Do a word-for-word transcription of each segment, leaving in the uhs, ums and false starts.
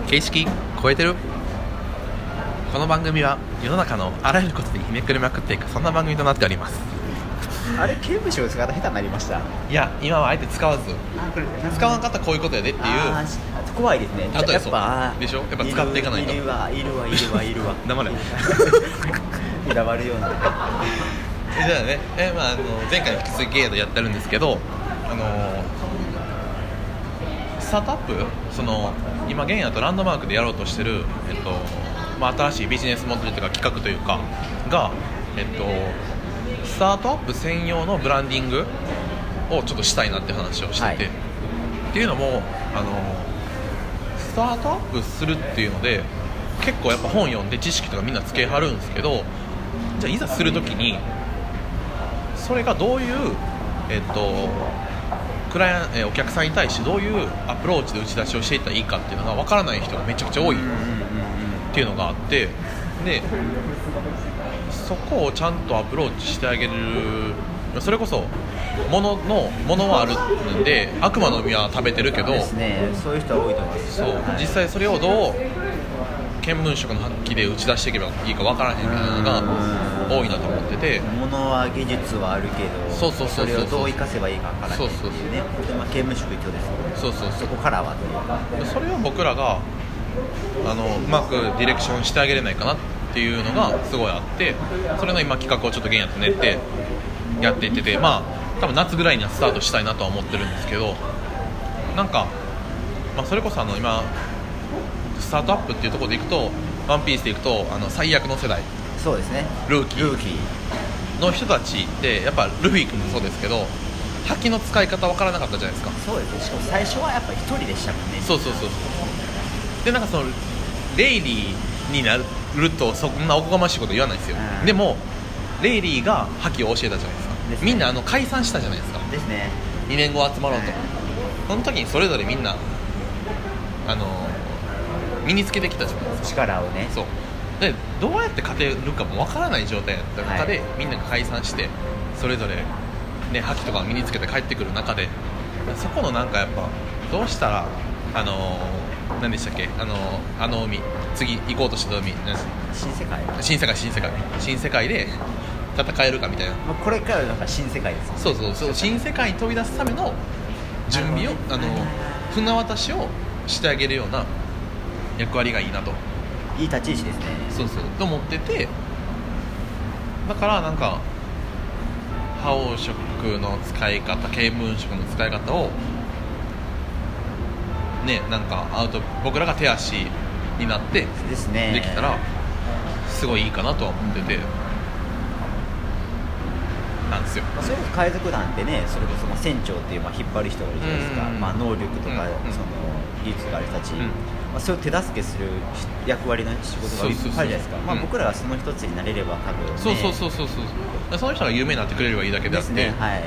形式超えてる。この番組は世の中のあらゆることにひねくれまくっていく、そんな番組となっております。 あれ、刑務所の使い方下手になりました。 いや、今はあえて使わず、 あこれ使わなかったらこういうことやでっていう。 あ怖いですね。 例えばやっぱでしょ、やっぱ使っていかないと。 いるわいるわいるわいるわ黙れ黙るようなじゃあね、え、まあ、あの前回の引き続きゲイヤードやってるんですけど、あのスタートアップ、その今ゲイヤーとランドマークでやろうとしてる、えっとまあ、新しいビジネスモデルというか企画というかが、えっと、スタートアップ専用のブランディングをちょっとしたいなって話をしてて、はい、っていうのもあのスタートアップするっていうので結構やっぱ本読んで知識とかみんなつけはるんですけど、じゃあいざするときにそれがどういう、えっと、クライアン、えー、お客さんに対してどういうアプローチで打ち出しをしていったらいいかっていうのが分からない人がめちゃくちゃ多いっていうのがあって、でそこをちゃんとアプローチしてあげる。それこそ物の物はあるんで悪魔の実は食べてるけど、 ですね、そういう人は多いと思います。 そう、はい、実際それをどう見聞色の発揮で打ち出していけばいいか分からへんみたいなのが多いなと思ってて、 物は技術はあるけど、 そうそうそうそう、 それをどう生かせばいいか分からへんっていうね。まあ、見聞色一応ですけど、 そうそうそう、 そこからはというか、 それを僕らがあのうまくディレクションしてあげれないかなっていうのがすごいあって、それの今企画をちょっとゲイヤーと練ってやっていってて、まあ多分夏ぐらいにはスタートしたいなとは思ってるんですけど、なんか、まあ、それこそあの今スタートアップっていうところでいくと、ワンピースでいくとあの最悪の世代、 そうですね、 ルーキーの人たちってやっぱルフィ君もそうですけど覇気の使い方分からなかったじゃないですか。 そうですね、しかも最初はやっぱ一人でしたもんね。 そうそうそうそう。でなんかそのレイリーになるとそんなおこがましいこと言わないですよ、うん、でもレイリーが覇気を教えたじゃないですか。です、ね、みんなあの解散したじゃないですか。 ですね、 にねんご集まろうと、うん、その時にそれぞれみんなあの身につけてきたじゃないですか、 力をね。 そうでどうやって勝てるかもわからない状態だった中で、はい、みんなが解散してそれぞれ、ね、覇気とかを身につけて帰ってくる中で、そこのなんかやっぱどうしたらあの何でしたっけ、あのあの海次行こうとしてた海、 新世界新世界新世界新世界で戦えるかみたいな、 まあ、これからなんか新世界です、ね、 そうそうそう、新世界に飛び出すための準備を、あの船渡しをしてあげるような役割がいいなと。 いい立ち位置ですね。 そうそうと思ってて、だからなんか覇王色の使い方、見聞色の使い方をね、なんかアウト僕らが手足になってですね、 できたらすごいいいかなとは思ってて、なんですよ。 まあ、それこそ海賊団ってね、それこそまあ船長っていうまあ引っ張る人がいるじゃないですか、 うんうん、 まあ、能力とか、 うんうん、 その技術がある人たち、 うん、 まあ、それを手助けする役割の仕事がいっぱいあるじゃないですか。まあ、僕らがその一つになれれば多分、ね、 そうそうそうそうそう、その人が有名になってくれればいいだけであって、 ですね、はい、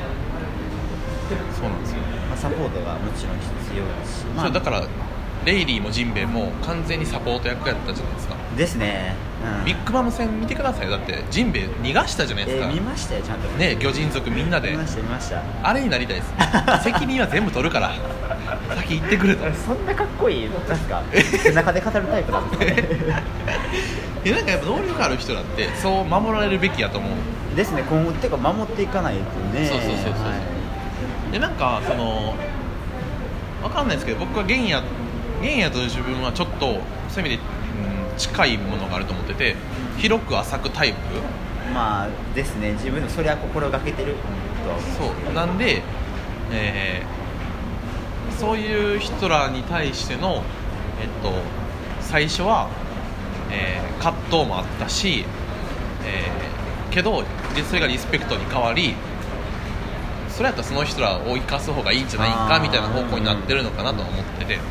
そうなんですよ。 まあ、サポートがもちろん必要ですし、まあ、 そうだからレイリーもジンベエも完全にサポート役やったじゃないですか。 ですね、うん、 ビッグマム戦見てください。だってジンベエ逃がしたじゃないですか、 えー、見ましたよちゃんとね、魚人族みんなで見ました見ました。 あれになりたいです責任は全部取るから先行ってくれと。 そんなかっこいいなんか背中で語るタイプなんですかねいやなんかやっぱ能力ある人だってそう守られるべきやと思うですね。今後っていうか守っていかないとね。 そうそうそうそう、はい、でなんかそのわかんないですけど、僕はゲンヤゲンヤという自分はちょっとそういう意味で、うん、近いものがあると思ってて、広く浅くタイプ、 まあですね、自分でそれは心がけてると。 そうなんで、えー、そういう人らに対しての、えっと、最初は、えー、葛藤もあったし、えー、けどそれがリスペクトに変わり、それやったらその人らを生かす方がいいんじゃないかみたいな方向になってるのかなと思ってて、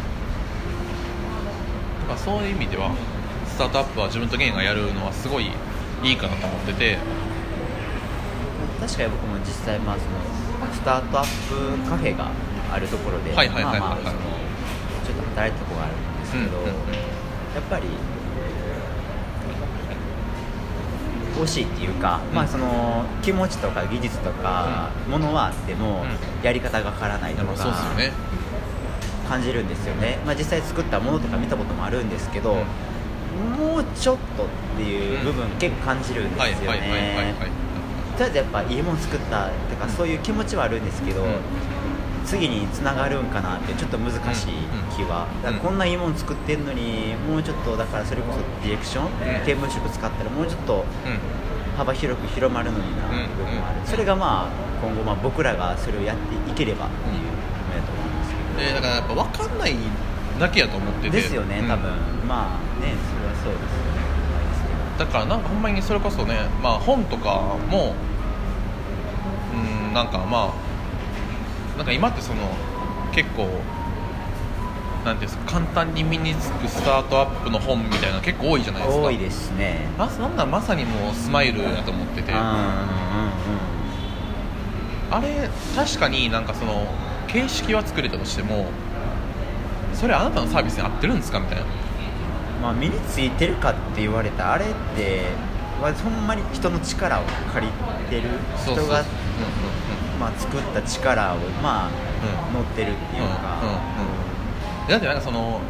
まあ、そういう意味ではスタートアップは自分とゲンがやるのはすごいいいかなと思ってて、 確かに僕も実際、まあ、そのスタートアップカフェがあるところでちょっと働いたところがあるんですけど、うんうんうん、やっぱり惜しいっていうか、うん、まあ、その気持ちとか技術とかものはあっても、うん、やり方がわからないとか、 そうですよね、 感じるんですよね、まあ、実際作ったものとか見たこともあるんですけど、もうちょっとっていう部分結構感じるんですよね。とりあえずやっぱいいもの作ったとかそういう気持ちはあるんですけど、次につながるんかなってちょっと難しい気は、だからこんないいもの作ってんのにもうちょっとだからそれこそディレクション、見聞色使ったらもうちょっと幅広く広まるのになっていう部分もある。それがまあ今後まあ僕らがそれをやっていければっていうのやと思うんですけど、 えー、だからやっぱ分かんないだけやと思っててですよね、多分、うん、まあねそれはそうですよね。 だからなんかほんまにそれこそね、まあ本とかもうんなんかまあなんか今ってその結構なんていうんですか、簡単に身につくスタートアップの本みたいな結構多いじゃないですか。 多いですね。 まそんなんまさにもうスマイルだと思ってて、うんうんうんうん、あれ確かになんかその形式は作れたとしてもそれあなたのサービスに合ってるんですかみたいな、 まあ、身についてるかって言われたあれってほんまに人の力を借りてる人がそうそう、うんうんうんまあ、作った力をまあ、うん、乗ってるっていうか、うんうんうん、 だってなんかその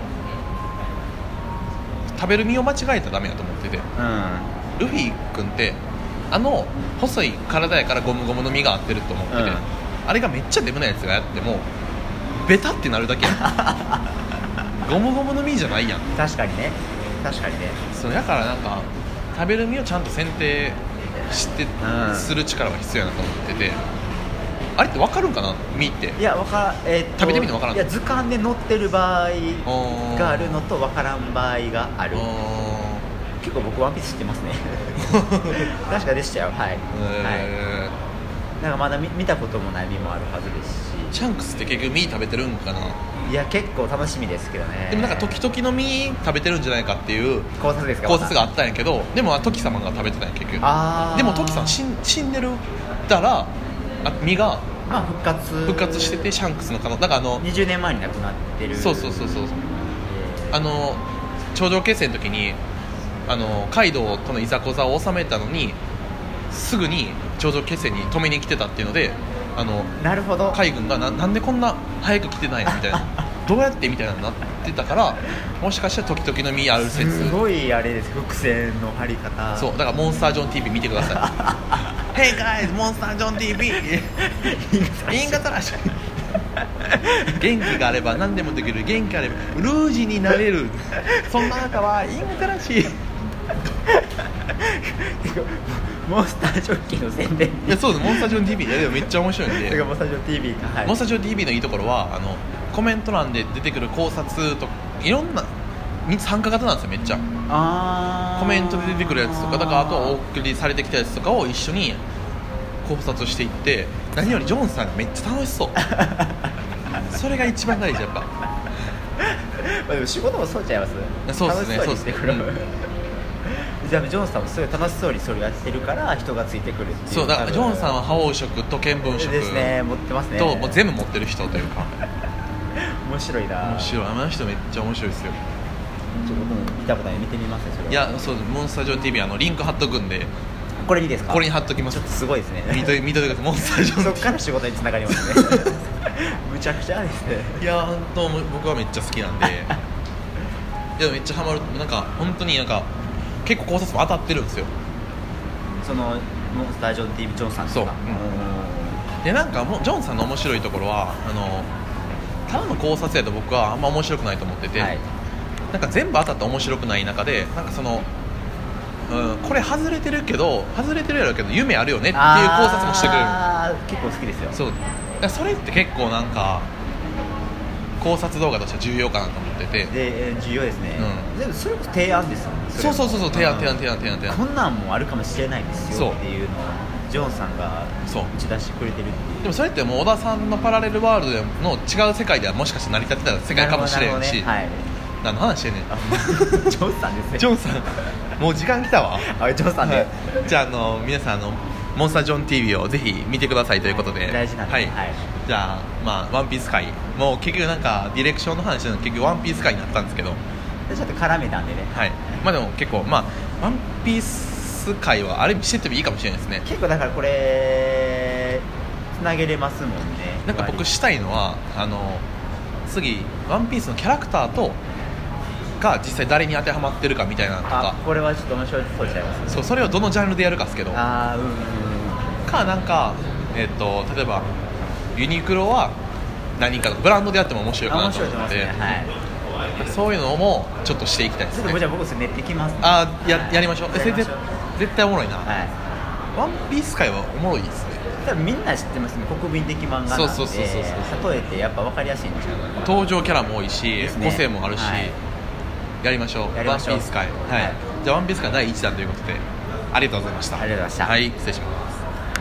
食べる実を間違えたらダメだと思ってて、うん、ルフィ君ってあの細い体やからゴムゴムの実が合ってると思ってて、うん、あれがめっちゃデブなやつがやってもベタってなるだけやんゴムゴムの実じゃないやん。 確かにね確かにね。 そうだからなんか食べる実をちゃんと選定して、うん、する力が必要やなと思ってて、あれって分かるんかな実って。 いや分か、えー、っと食べてみて分からん。 いや図鑑で載ってる場合があるのと分からん場合がある。結構僕ワンピース知ってますね確かでしたよ。はい、えーはい、なんかまだ 見, 見たこともない実もあるはずですし。 シャンクスって結局実食べてるんかな。 いや結構楽しみですけどね。 でもなんか時々の実食べてるんじゃないかっていう考察ですか。 考察があったんやけど、でも時様が食べてたんや結局。あでも時さん 死, 死んでるたら実がまあ復活復活しててシャンクスの可能だからあのにじゅうねんまえに亡くなってる。 そうそうそうそう、えー、あの頂上決戦の時にあのカイドウとのいざこざを収めたのにすぐに頂上決戦に止めに来てたっていうので、あのなるほど海軍が な, なんでこんな早く来てないのみたいなどうやってみたいなのになってたから、もしかしたら時々の実ある説。 すごいあれです伏線の張り方。 そうだからモンスタージョン ティーブイ 見てくださいHey guys モンスタージョン ティーブイ インガタラシ元気があれば何でもできる、元気あればルージになれる、そんな中はインガタラシモンスタージョッキーの宣伝。いやそうです、モンスタージョン ティーブイ いやでもめっちゃ面白いんでモンスタージョン ティーブイ か、はい、 モンスタージョン ティーブイ のいいところはあのコメント欄で出てくる考察といろんな参加型なんですよめっちゃ。あコメントで出てくるやつとかだからあとはお送りされてきたやつとかを一緒に考察していって、何よりジョンさんがめっちゃ楽しそうそれが一番大事やっぱまあでも仕事もそうちゃいます。 そうですね楽しそうにしてくる、うんジョンさんもすごい楽しそうにそれをやってるから人がついてくるっていう。 そうだからジョンさんは覇王色と見聞色ですね、持ってますね。 ともう全部持ってる人というか面白いな。 面白い、あの人めっちゃ面白いですよ。 ちょっと僕も見たことない見てみますねそれは。 いやそうモンスタージョン ティーブイ あのリンク貼っとくんで。 これにですか。 これに貼っときます。 ちょっとすごいですね。 見と見といてくださいモンスタージョンそっから仕事に繋がりますねむちゃくちゃですね。 いや本当僕はめっちゃ好きなんでいやめっちゃハマる。なんか本当になんか結構考察も当たってるんですよそのモンスタージョン ティーブイ ジョンさんとか。そう、 うん、でなんかもジョンさんの面白いところはあのただの考察やと僕はあんま面白くないと思ってて、はい、なんか全部当たって面白くない中でなんかその、うん、これ外れてるけど外れてるやろうけど夢あるよねっていう考察もしてくれる。 あ結構好きですよ。 そうだそれって結構なんか考察動画としては重要かなと思ってて。 で重要ですね、うん、でもそれこそ提案ですよね。 そうそうそうそう提案提案提案提案提案こんなんもあるかもしれないですよっていうのをジョンさんが打ち出してくれてるっていう。 でもそれってもう小田さんのパラレルワールドの違う世界ではもしかして成り立ってた世界かもしれんし、ねはい、何の話してんねんジョンさんですね。 ジョンさんもう時間来たわあジョンさんで、はい、 じゃあ、あの皆さんあのモンスタージョン ティーブイ をぜひ見てくださいということで、はい、 大事なんで、 はいはい、じゃあ、まあ、ワンピース界もう結局なんかディレクションの話なの結局ワンピース界になったんですけどちょっと絡めたんでね、 はいまあ、でも結構、まあ、ワンピース界はある意味してってもいいかもしれないですね。 結構だからこれつなげれますもんね。 なんか僕したいのはあの次ワンピースのキャラクターとが実際誰に当てはまってるかみたいなのとか、 あこれはちょっと面白いそうちゃいますね。 そうそれをどのジャンルでやるかですけど、 あーうんうんかなんか、えー、と例えばユニクロは何人かのブランドでやっても面白いかなと思って、 面白いと思いますね、はい、 そういうのもちょっとしていきたいですね。 ちょっとじゃあ僕それ練ってきます、ね、 あや, やりましょう。 やりましょう。 絶絶対おもろいな、 はい、 ワンピース界はおもろいですね。 多分みんな知ってますね、国民的漫画なんで、 そうそうそうそうそう例えてやっぱ分かりやすいんでしょうね。 登場キャラも多いし、 ね、 個性もあるし、はい、やりましょう。 やりましょう。 ワンピース界、はいはい、じゃあワンピース界だいいちだんということでありがとうございました。 ありがとうございました。 はい、失礼します。